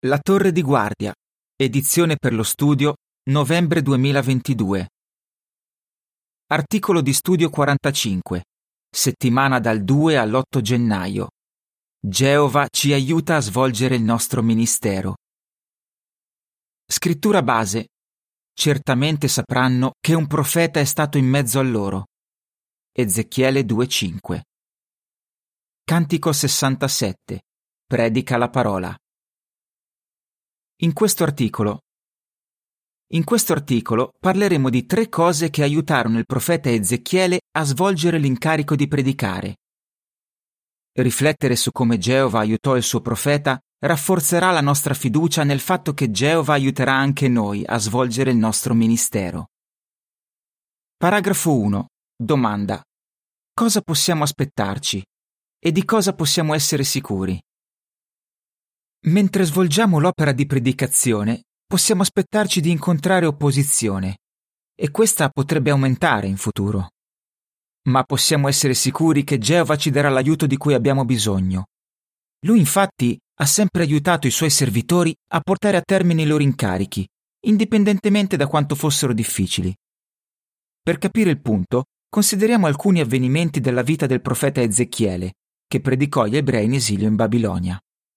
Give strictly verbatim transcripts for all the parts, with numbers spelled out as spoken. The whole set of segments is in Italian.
La torre di guardia, edizione per lo studio, novembre duemilaventidue. Articolo di studio quarantacinque, settimana dal due all'otto gennaio. Geova ci aiuta a svolgere il nostro ministero. Scrittura base. Certamente sapranno che un profeta è stato in mezzo a loro. Ezechiele due cinque. Cantico sessantasette. Predica la parola. In questo articolo In questo articolo parleremo di tre cose che aiutarono il profeta Ezechiele a svolgere l'incarico di predicare. Riflettere su come Geova aiutò il suo profeta rafforzerà la nostra fiducia nel fatto che Geova aiuterà anche noi a svolgere il nostro ministero. Paragrafo uno. Domanda. Cosa possiamo aspettarci? E di cosa possiamo essere sicuri? Mentre svolgiamo l'opera di predicazione, possiamo aspettarci di incontrare opposizione, e questa potrebbe aumentare in futuro. Ma possiamo essere sicuri che Geova ci darà l'aiuto di cui abbiamo bisogno. Lui infatti ha sempre aiutato i suoi servitori a portare a termine i loro incarichi, indipendentemente da quanto fossero difficili. Per capire il punto, consideriamo alcuni avvenimenti della vita del profeta Ezechiele, che predicò gli ebrei in esilio in Babilonia.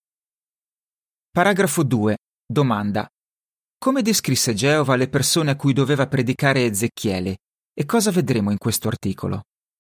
Paragrafo due. Domanda. Come descrisse Geova le persone a cui doveva predicare Ezechiele e cosa vedremo in questo articolo?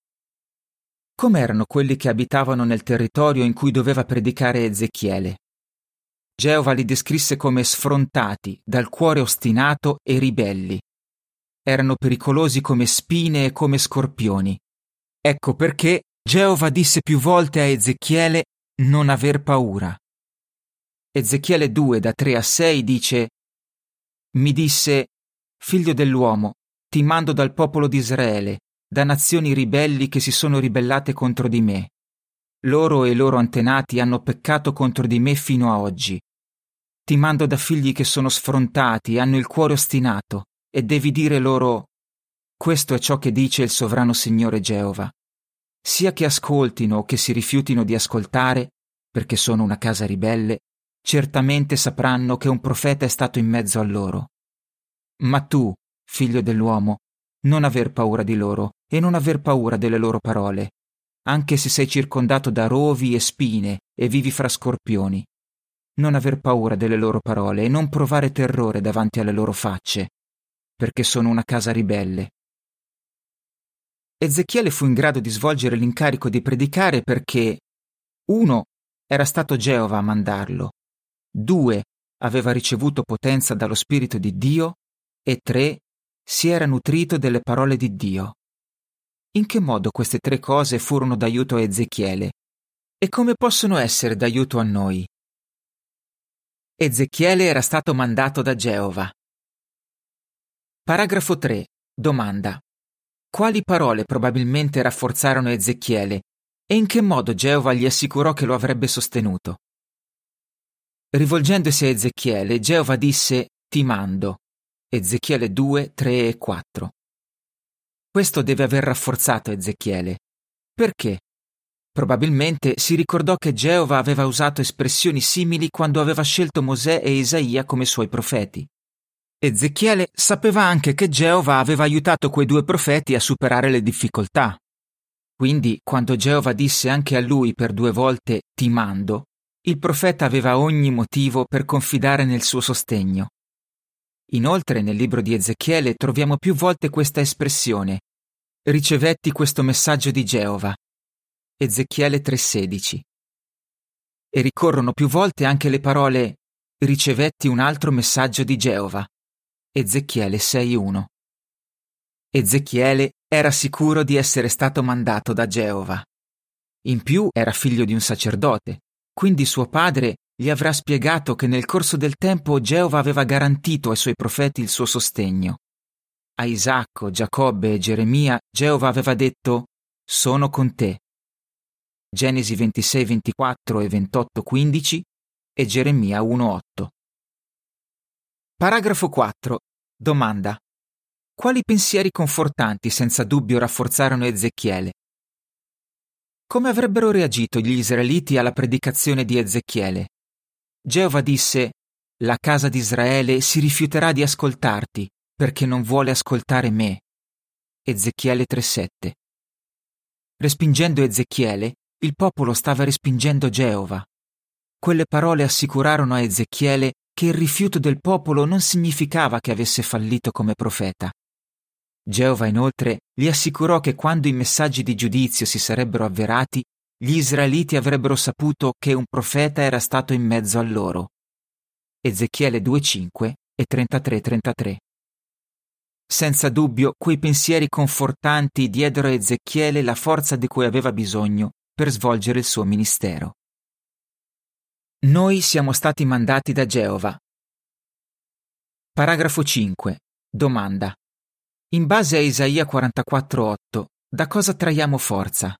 Come erano quelli che abitavano nel territorio in cui doveva predicare Ezechiele? Geova li descrisse come sfrontati, dal cuore ostinato e ribelli. Erano pericolosi come spine e come scorpioni. Ecco perché Geova disse più volte a Ezechiele non aver paura. Ezechiele due da tre a sei dice: Mi disse, figlio dell'uomo, ti mando dal popolo di Israele, da nazioni ribelli che si sono ribellate contro di me. Loro e i loro antenati hanno peccato contro di me fino a oggi. Ti mando da figli che sono sfrontati e hanno il cuore ostinato, e devi dire loro: questo è ciò che dice il sovrano Signore Geova. Sia che ascoltino o che si rifiutino di ascoltare, perché sono una casa ribelle, certamente sapranno che un profeta è stato in mezzo a loro. Ma tu, figlio dell'uomo, non aver paura di loro e non aver paura delle loro parole, anche se sei circondato da rovi e spine e vivi fra scorpioni. Non aver paura delle loro parole e non provare terrore davanti alle loro facce, perché sono una casa ribelle. Ezechiele fu in grado di svolgere l'incarico di predicare perché uno. Era stato Geova a mandarlo. due. Aveva ricevuto potenza dallo Spirito di Dio e tre. Si era nutrito delle parole di Dio. In che modo queste tre cose furono d'aiuto a Ezechiele? E come possono essere d'aiuto a noi? Ezechiele era stato mandato da Geova. Paragrafo tre. Domanda. Quali parole probabilmente rafforzarono Ezechiele e in che modo Geova gli assicurò che lo avrebbe sostenuto? Rivolgendosi a Ezechiele, Geova disse: Ti mando. Ezechiele due, tre e quattro. Questo deve aver rafforzato Ezechiele. Perché? Probabilmente si ricordò che Geova aveva usato espressioni simili quando aveva scelto Mosè e Isaia come suoi profeti. Ezechiele sapeva anche che Geova aveva aiutato quei due profeti a superare le difficoltà. Quindi, quando Geova disse anche a lui per due volte «Ti mando», il profeta aveva ogni motivo per confidare nel suo sostegno. Inoltre, nel libro di Ezechiele troviamo più volte questa espressione: «Ricevetti questo messaggio di Geova». Ezechiele tre sedici. E ricorrono più volte anche le parole «Ricevetti un altro messaggio di Geova». Ezechiele sei uno. Ezechiele era sicuro di essere stato mandato da Geova. In più era figlio di un sacerdote, quindi suo padre gli avrà spiegato che nel corso del tempo Geova aveva garantito ai suoi profeti il suo sostegno. A Isacco, Giacobbe e Geremia Geova aveva detto: «Sono con te». Genesi ventisei ventiquattro e ventotto quindici e Geremia uno otto. Paragrafo quattro. Domanda. Quali pensieri confortanti senza dubbio rafforzarono Ezechiele? Come avrebbero reagito gli israeliti alla predicazione di Ezechiele? Geova disse: La casa di Israele si rifiuterà di ascoltarti, perché non vuole ascoltare me. Ezechiele tre sette. Respingendo Ezechiele, il popolo stava respingendo Geova. Quelle parole assicurarono a Ezechiele che il rifiuto del popolo non significava che avesse fallito come profeta. Geova inoltre gli assicurò che quando i messaggi di giudizio si sarebbero avverati, gli israeliti avrebbero saputo che un profeta era stato in mezzo a loro. Ezechiele due cinque e trentatré trentatré. Senza dubbio, quei pensieri confortanti diedero a Ezechiele la forza di cui aveva bisogno per svolgere il suo ministero. Noi siamo stati mandati da Geova. Paragrafo cinque. Domanda. In base a Isaia quarantaquattro otto, da cosa traiamo forza?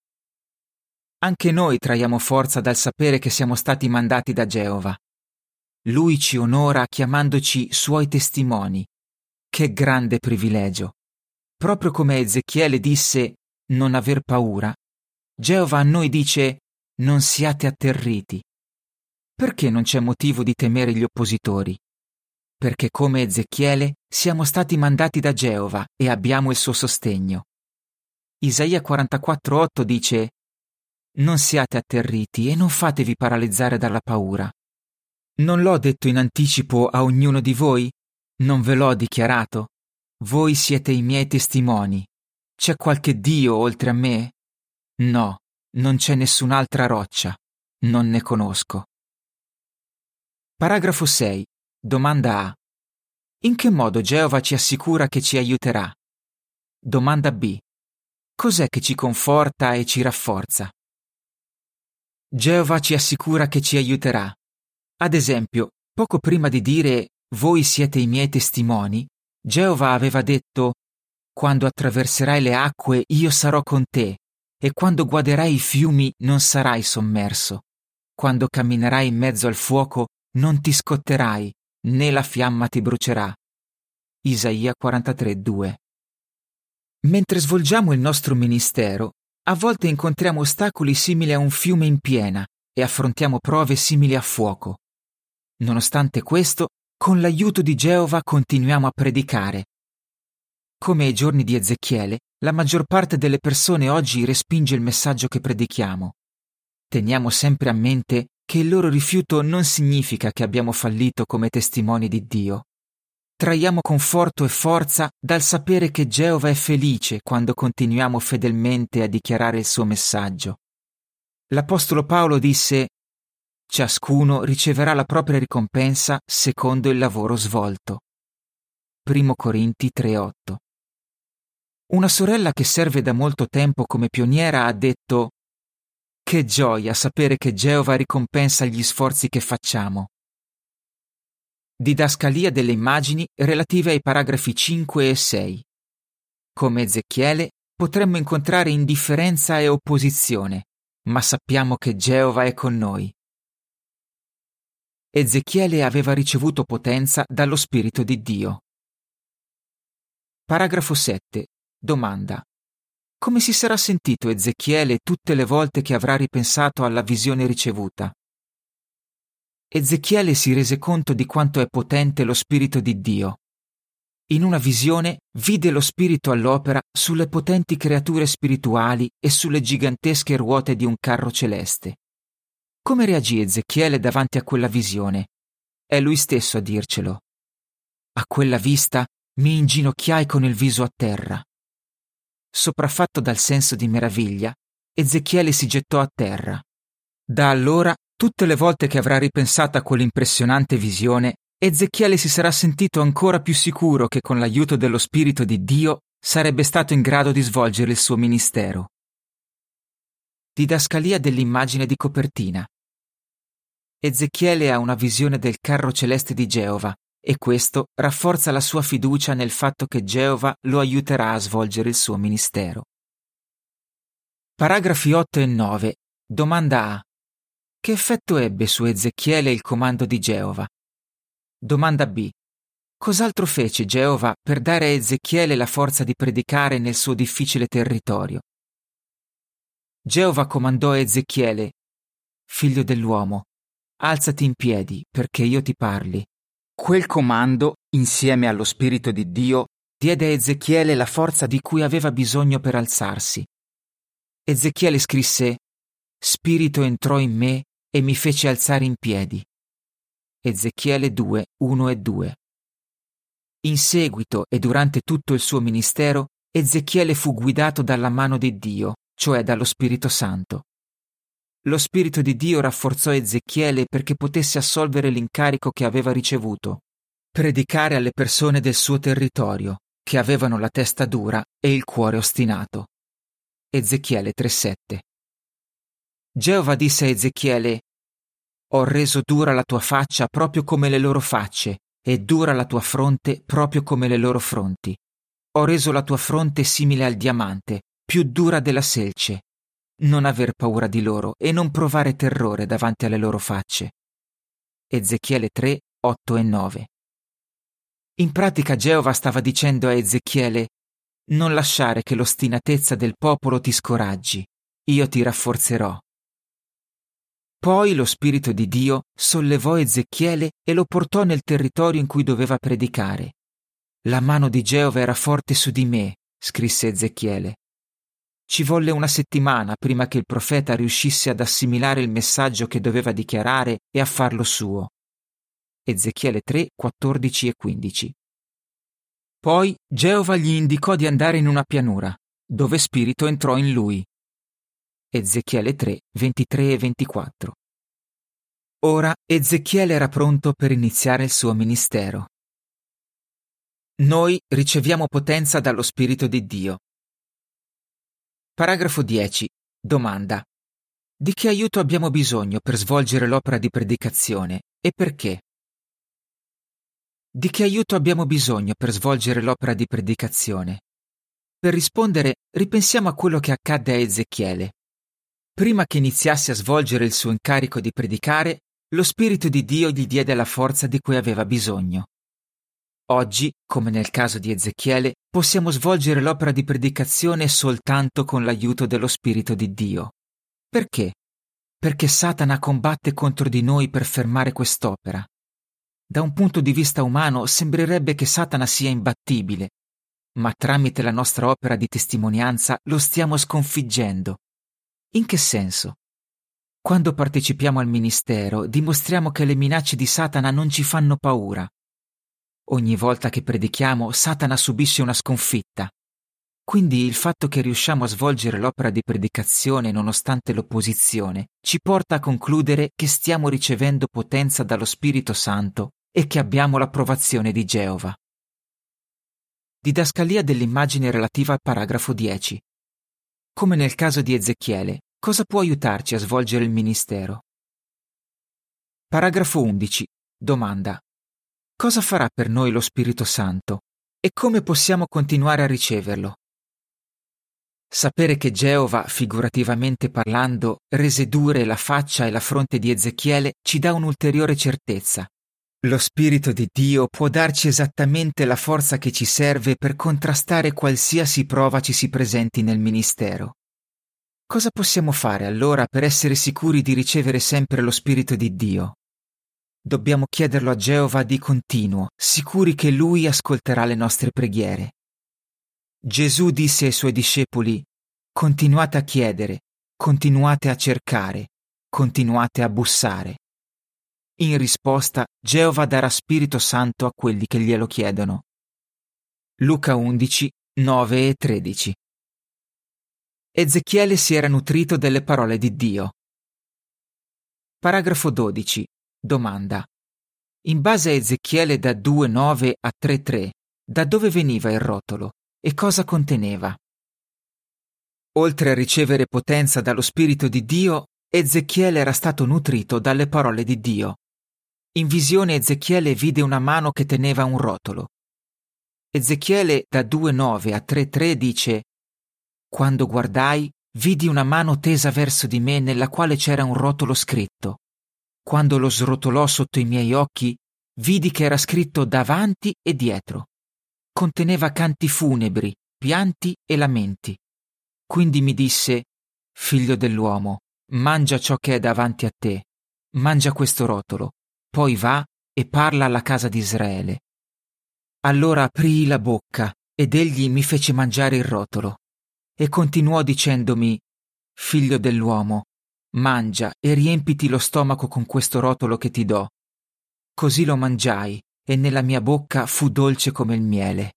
Anche noi traiamo forza dal sapere che siamo stati mandati da Geova. Lui ci onora chiamandoci suoi testimoni. Che grande privilegio! Proprio come Ezechiele disse non aver paura, Geova a noi dice non siate atterriti. Perché non c'è motivo di temere gli oppositori? Perché come Ezechiele siamo stati mandati da Geova e abbiamo il suo sostegno. Isaia quarantaquattro otto dice non siate atterriti e non fatevi paralizzare dalla paura. Non l'ho detto in anticipo a ognuno di voi? Non ve l'ho dichiarato? Voi siete i miei testimoni. C'è qualche Dio oltre a me? No, non c'è nessun'altra roccia. Non ne conosco. Paragrafo sei. Domanda A. In che modo Geova ci assicura che ci aiuterà? Domanda B. Cos'è che ci conforta e ci rafforza? Geova ci assicura che ci aiuterà. Ad esempio, poco prima di dire «Voi siete i miei testimoni», Geova aveva detto «Quando attraverserai le acque io sarò con te, e quando guaderai i fiumi non sarai sommerso. Quando camminerai in mezzo al fuoco non ti scotterai, né la fiamma ti brucerà». Isaia quarantatré due. Mentre svolgiamo il nostro ministero, a volte incontriamo ostacoli simili a un fiume in piena e affrontiamo prove simili a fuoco. Nonostante questo, con l'aiuto di Geova continuiamo a predicare. Come ai giorni di Ezechiele, la maggior parte delle persone oggi respinge il messaggio che predichiamo. Teniamo sempre a mente che il loro rifiuto non significa che abbiamo fallito come testimoni di Dio. Traiamo conforto e forza dal sapere che Geova è felice quando continuiamo fedelmente a dichiarare il suo messaggio. L'Apostolo Paolo disse «Ciascuno riceverà la propria ricompensa secondo il lavoro svolto». Primo Corinti tre otto. Una sorella che serve da molto tempo come pioniera ha detto «Che gioia sapere che Geova ricompensa gli sforzi che facciamo». Didascalia delle immagini relative ai paragrafi cinque e sei. Come Ezechiele, potremmo incontrare indifferenza e opposizione, ma sappiamo che Geova è con noi. Ezechiele aveva ricevuto potenza dallo Spirito di Dio. Paragrafo sette. Domanda. Come si sarà sentito Ezechiele tutte le volte che avrà ripensato alla visione ricevuta? Ezechiele si rese conto di quanto è potente lo Spirito di Dio. In una visione vide lo Spirito all'opera sulle potenti creature spirituali e sulle gigantesche ruote di un carro celeste. Come reagì Ezechiele davanti a quella visione? È lui stesso a dircelo. A quella vista mi inginocchiai con il viso a terra. Sopraffatto dal senso di meraviglia, Ezechiele si gettò a terra. Da allora, tutte le volte che avrà ripensato a quell'impressionante visione, Ezechiele si sarà sentito ancora più sicuro che con l'aiuto dello Spirito di Dio sarebbe stato in grado di svolgere il suo ministero. Didascalia dell'immagine di copertina. Ezechiele ha una visione del carro celeste di Geova e questo rafforza la sua fiducia nel fatto che Geova lo aiuterà a svolgere il suo ministero. Paragrafi otto e nove. Domanda A. Che effetto ebbe su Ezechiele il comando di Geova? Domanda B. Cos'altro fece Geova per dare a Ezechiele la forza di predicare nel suo difficile territorio? Geova comandò a Ezechiele: Figlio dell'uomo, alzati in piedi perché io ti parli. Quel comando, insieme allo Spirito di Dio, diede a Ezechiele la forza di cui aveva bisogno per alzarsi. Ezechiele scrisse: Spirito entrò in me e mi fece alzare in piedi. Ezechiele due, uno e due. In seguito e durante tutto il suo ministero, Ezechiele fu guidato dalla mano di Dio, cioè dallo Spirito Santo. Lo Spirito di Dio rafforzò Ezechiele perché potesse assolvere l'incarico che aveva ricevuto: predicare alle persone del suo territorio, che avevano la testa dura e il cuore ostinato. Ezechiele tre sette. Geova disse a Ezechiele: Ho reso dura la tua faccia proprio come le loro facce, e dura la tua fronte proprio come le loro fronti. Ho reso la tua fronte simile al diamante, più dura della selce. Non aver paura di loro e non provare terrore davanti alle loro facce. Ezechiele tre, otto e nove. In pratica Geova stava dicendo a Ezechiele: non lasciare che l'ostinatezza del popolo ti scoraggi, io ti rafforzerò. Poi lo Spirito di Dio sollevò Ezechiele e lo portò nel territorio in cui doveva predicare. La mano di Geova era forte su di me, scrisse Ezechiele. Ci volle una settimana prima che il profeta riuscisse ad assimilare il messaggio che doveva dichiarare e a farlo suo. Ezechiele tre, quattordici e quindici. Poi Geova gli indicò di andare in una pianura, dove Spirito entrò in lui. Ezechiele tre, ventitré e ventiquattro. Ora Ezechiele era pronto per iniziare il suo ministero. Noi riceviamo potenza dallo Spirito di Dio. Paragrafo dieci. Domanda: di che aiuto abbiamo bisogno per svolgere l'opera di predicazione e perché? Di che aiuto abbiamo bisogno per svolgere l'opera di predicazione? Per rispondere, ripensiamo a quello che accadde a Ezechiele. Prima che iniziasse a svolgere il suo incarico di predicare, lo Spirito di Dio gli diede la forza di cui aveva bisogno. Oggi, come nel caso di Ezechiele, possiamo svolgere l'opera di predicazione soltanto con l'aiuto dello Spirito di Dio. Perché? Perché Satana combatte contro di noi per fermare quest'opera. Da un punto di vista umano sembrerebbe che Satana sia imbattibile, ma tramite la nostra opera di testimonianza lo stiamo sconfiggendo. In che senso? Quando partecipiamo al ministero dimostriamo che le minacce di Satana non ci fanno paura. Ogni volta che predichiamo, Satana subisce una sconfitta. Quindi il fatto che riusciamo a svolgere l'opera di predicazione nonostante l'opposizione ci porta a concludere che stiamo ricevendo potenza dallo Spirito Santo e che abbiamo l'approvazione di Geova. Didascalia dell'immagine relativa al paragrafo dieci. Come nel caso di Ezechiele, cosa può aiutarci a svolgere il ministero? Paragrafo undici. Domanda: cosa farà per noi lo Spirito Santo e come possiamo continuare a riceverlo? Sapere che Geova, figurativamente parlando, rese dure la faccia e la fronte di Ezechiele ci dà un'ulteriore certezza. Lo Spirito di Dio può darci esattamente la forza che ci serve per contrastare qualsiasi prova ci si presenti nel ministero. Cosa possiamo fare allora per essere sicuri di ricevere sempre lo Spirito di Dio? Dobbiamo chiederlo a Geova di continuo, sicuri che Lui ascolterà le nostre preghiere. Gesù disse ai Suoi discepoli: continuate a chiedere, continuate a cercare, continuate a bussare. In risposta, Geova darà Spirito Santo a quelli che glielo chiedono. Luca undici, nove e tredici. Ezechiele si era nutrito delle parole di Dio. Paragrafo dodici. Domanda: in base a Ezechiele da due nove a tre tre, da dove veniva il rotolo e cosa conteneva? Oltre a ricevere potenza dallo Spirito di Dio, Ezechiele era stato nutrito dalle parole di Dio. In visione Ezechiele vide una mano che teneva un rotolo. Ezechiele da due nove a tre tre dice: quando guardai, vidi una mano tesa verso di me nella quale c'era un rotolo scritto. Quando lo srotolò sotto i miei occhi, vidi che era scritto davanti e dietro. Conteneva canti funebri, pianti e lamenti. Quindi mi disse: figlio dell'uomo, mangia ciò che è davanti a te, mangia questo rotolo, poi va e parla alla casa di Israele. Allora aprii la bocca ed egli mi fece mangiare il rotolo e continuò dicendomi: Figlio dell'uomo, mangia e riempiti lo stomaco con questo rotolo che ti do. Così lo mangiai e nella mia bocca fu dolce come il miele.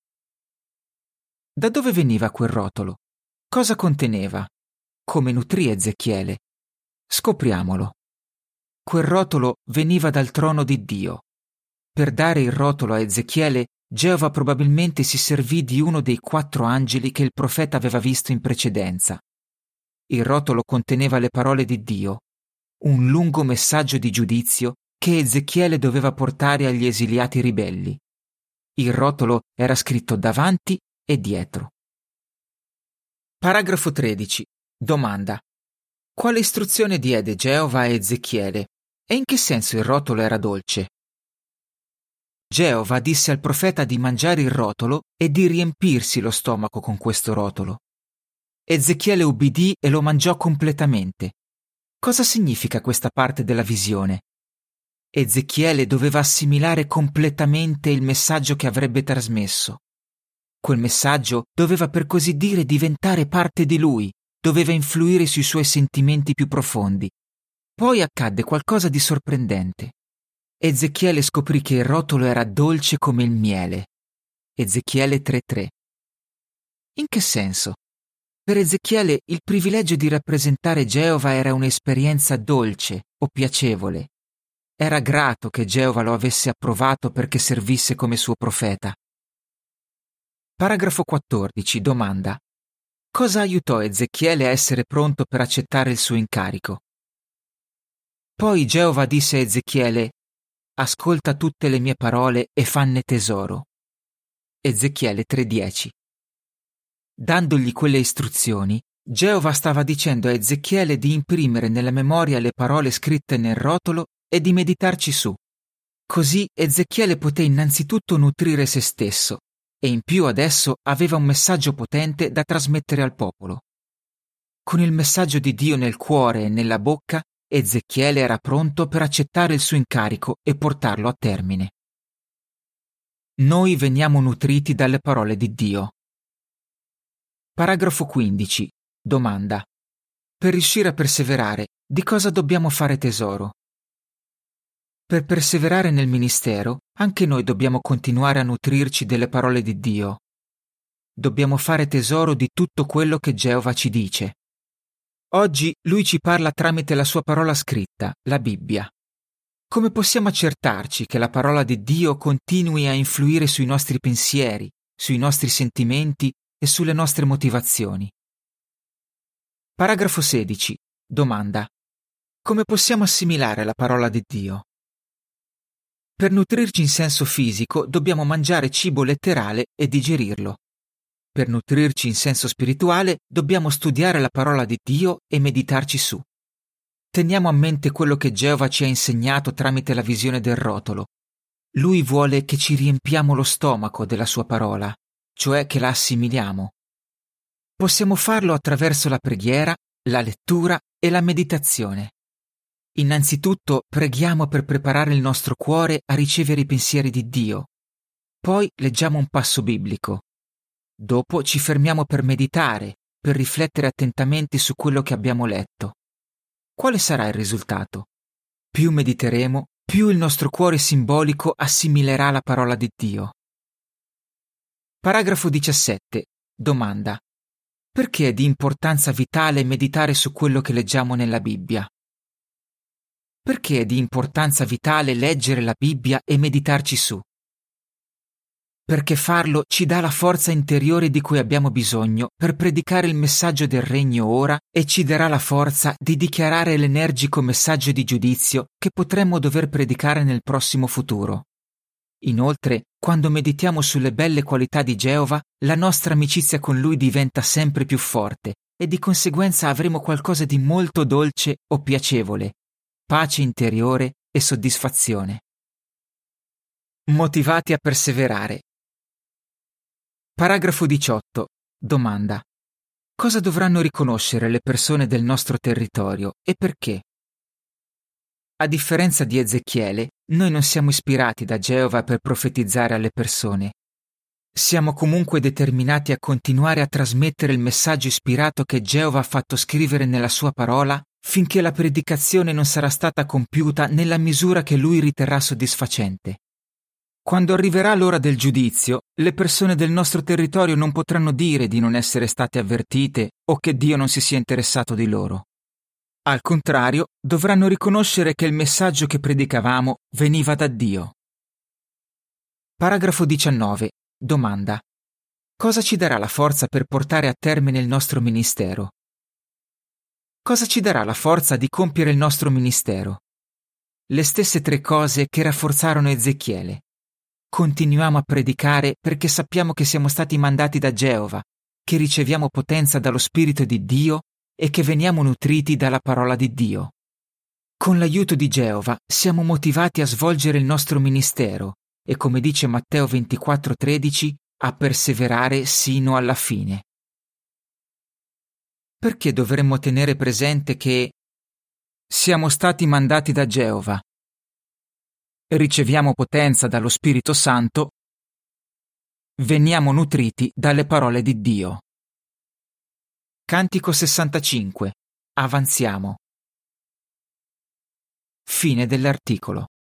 Da dove veniva quel rotolo? Cosa conteneva? Come nutrì Ezechiele? Scopriamolo. Quel rotolo veniva dal trono di Dio. Per dare il rotolo a Ezechiele, Geova probabilmente si servì di uno dei quattro angeli che il profeta aveva visto in precedenza. Il rotolo conteneva le parole di Dio, un lungo messaggio di giudizio che Ezechiele doveva portare agli esiliati ribelli. Il rotolo era scritto davanti e dietro. Paragrafo tredici. Domanda. Quale istruzione diede Geova a Ezechiele e in che senso il rotolo era dolce? Geova disse al profeta di mangiare il rotolo e di riempirsi lo stomaco con questo rotolo. Ezechiele ubbidì e lo mangiò completamente. Cosa significa questa parte della visione? Ezechiele doveva assimilare completamente il messaggio che avrebbe trasmesso. Quel messaggio doveva per così dire diventare parte di lui, doveva influire sui suoi sentimenti più profondi. Poi accadde qualcosa di sorprendente. Ezechiele scoprì che il rotolo era dolce come il miele. Ezechiele tre tre. In che senso? Per Ezechiele il privilegio di rappresentare Geova era un'esperienza dolce o piacevole. Era grato che Geova lo avesse approvato perché servisse come suo profeta. Paragrafo quattordici. Domanda. Cosa aiutò Ezechiele a essere pronto per accettare il suo incarico? Poi Geova disse a Ezechiele: Ascolta tutte le mie parole e fanne tesoro. Ezechiele tre dieci. Dandogli quelle istruzioni, Geova stava dicendo a Ezechiele di imprimere nella memoria le parole scritte nel rotolo e di meditarci su. Così Ezechiele poté innanzitutto nutrire se stesso e in più adesso aveva un messaggio potente da trasmettere al popolo. Con il messaggio di Dio nel cuore e nella bocca, Ezechiele era pronto per accettare il suo incarico e portarlo a termine. Noi veniamo nutriti dalle parole di Dio. Paragrafo quindici. Domanda. Per riuscire a perseverare, di cosa dobbiamo fare tesoro? Per perseverare nel ministero, anche noi dobbiamo continuare a nutrirci delle parole di Dio. Dobbiamo fare tesoro di tutto quello che Geova ci dice. Oggi Lui ci parla tramite la sua parola scritta, la Bibbia. Come possiamo accertarci che la parola di Dio continui a influire sui nostri pensieri, sui nostri sentimenti e sulle nostre motivazioni? Paragrafo sedici. Domanda. Come possiamo assimilare la parola di Dio? Per nutrirci in senso fisico dobbiamo mangiare cibo letterale e digerirlo. Per nutrirci in senso spirituale dobbiamo studiare la parola di Dio e meditarci su. Teniamo a mente quello che Geova ci ha insegnato tramite la visione del rotolo. Lui vuole che ci riempiamo lo stomaco della sua parola, cioè che la assimiliamo. Possiamo farlo attraverso la preghiera, la lettura e la meditazione. Innanzitutto preghiamo per preparare il nostro cuore a ricevere i pensieri di Dio. Poi leggiamo un passo biblico. Dopo ci fermiamo per meditare, per riflettere attentamente su quello che abbiamo letto. Quale sarà il risultato? Più mediteremo, più il nostro cuore simbolico assimilerà la parola di Dio. Paragrafo diciassette. Domanda. Perché è di importanza vitale meditare su quello che leggiamo nella Bibbia? Perché è di importanza vitale leggere la Bibbia e meditarci su? Perché farlo ci dà la forza interiore di cui abbiamo bisogno per predicare il messaggio del regno ora e ci darà la forza di dichiarare l'energico messaggio di giudizio che potremmo dover predicare nel prossimo futuro. Inoltre, quando meditiamo sulle belle qualità di Geova, la nostra amicizia con Lui diventa sempre più forte e di conseguenza avremo qualcosa di molto dolce o piacevole, pace interiore e soddisfazione. Motivati a perseverare. Paragrafo diciotto. Domanda. Cosa dovranno riconoscere le persone del nostro territorio e perché? A differenza di Ezechiele, noi non siamo ispirati da Geova per profetizzare alle persone. Siamo comunque determinati a continuare a trasmettere il messaggio ispirato che Geova ha fatto scrivere nella sua parola finché la predicazione non sarà stata compiuta nella misura che lui riterrà soddisfacente. Quando arriverà l'ora del giudizio, le persone del nostro territorio non potranno dire di non essere state avvertite o che Dio non si sia interessato di loro. Al contrario, dovranno riconoscere che il messaggio che predicavamo veniva da Dio. Paragrafo diciannove. Domanda. Cosa ci darà la forza per portare a termine il nostro ministero? Cosa ci darà la forza di compiere il nostro ministero? Le stesse tre cose che rafforzarono Ezechiele. Continuiamo a predicare perché sappiamo che siamo stati mandati da Geova, che riceviamo potenza dallo Spirito di Dio e che veniamo nutriti dalla parola di Dio. Con l'aiuto di Geova siamo motivati a svolgere il nostro ministero e, come dice Matteo ventiquattro tredici, a perseverare sino alla fine. Perché dovremmo tenere presente che siamo stati mandati da Geova, riceviamo potenza dallo Spirito Santo, veniamo nutriti dalle parole di Dio? Cantico sessantacinque. Avanziamo. Fine dell'articolo.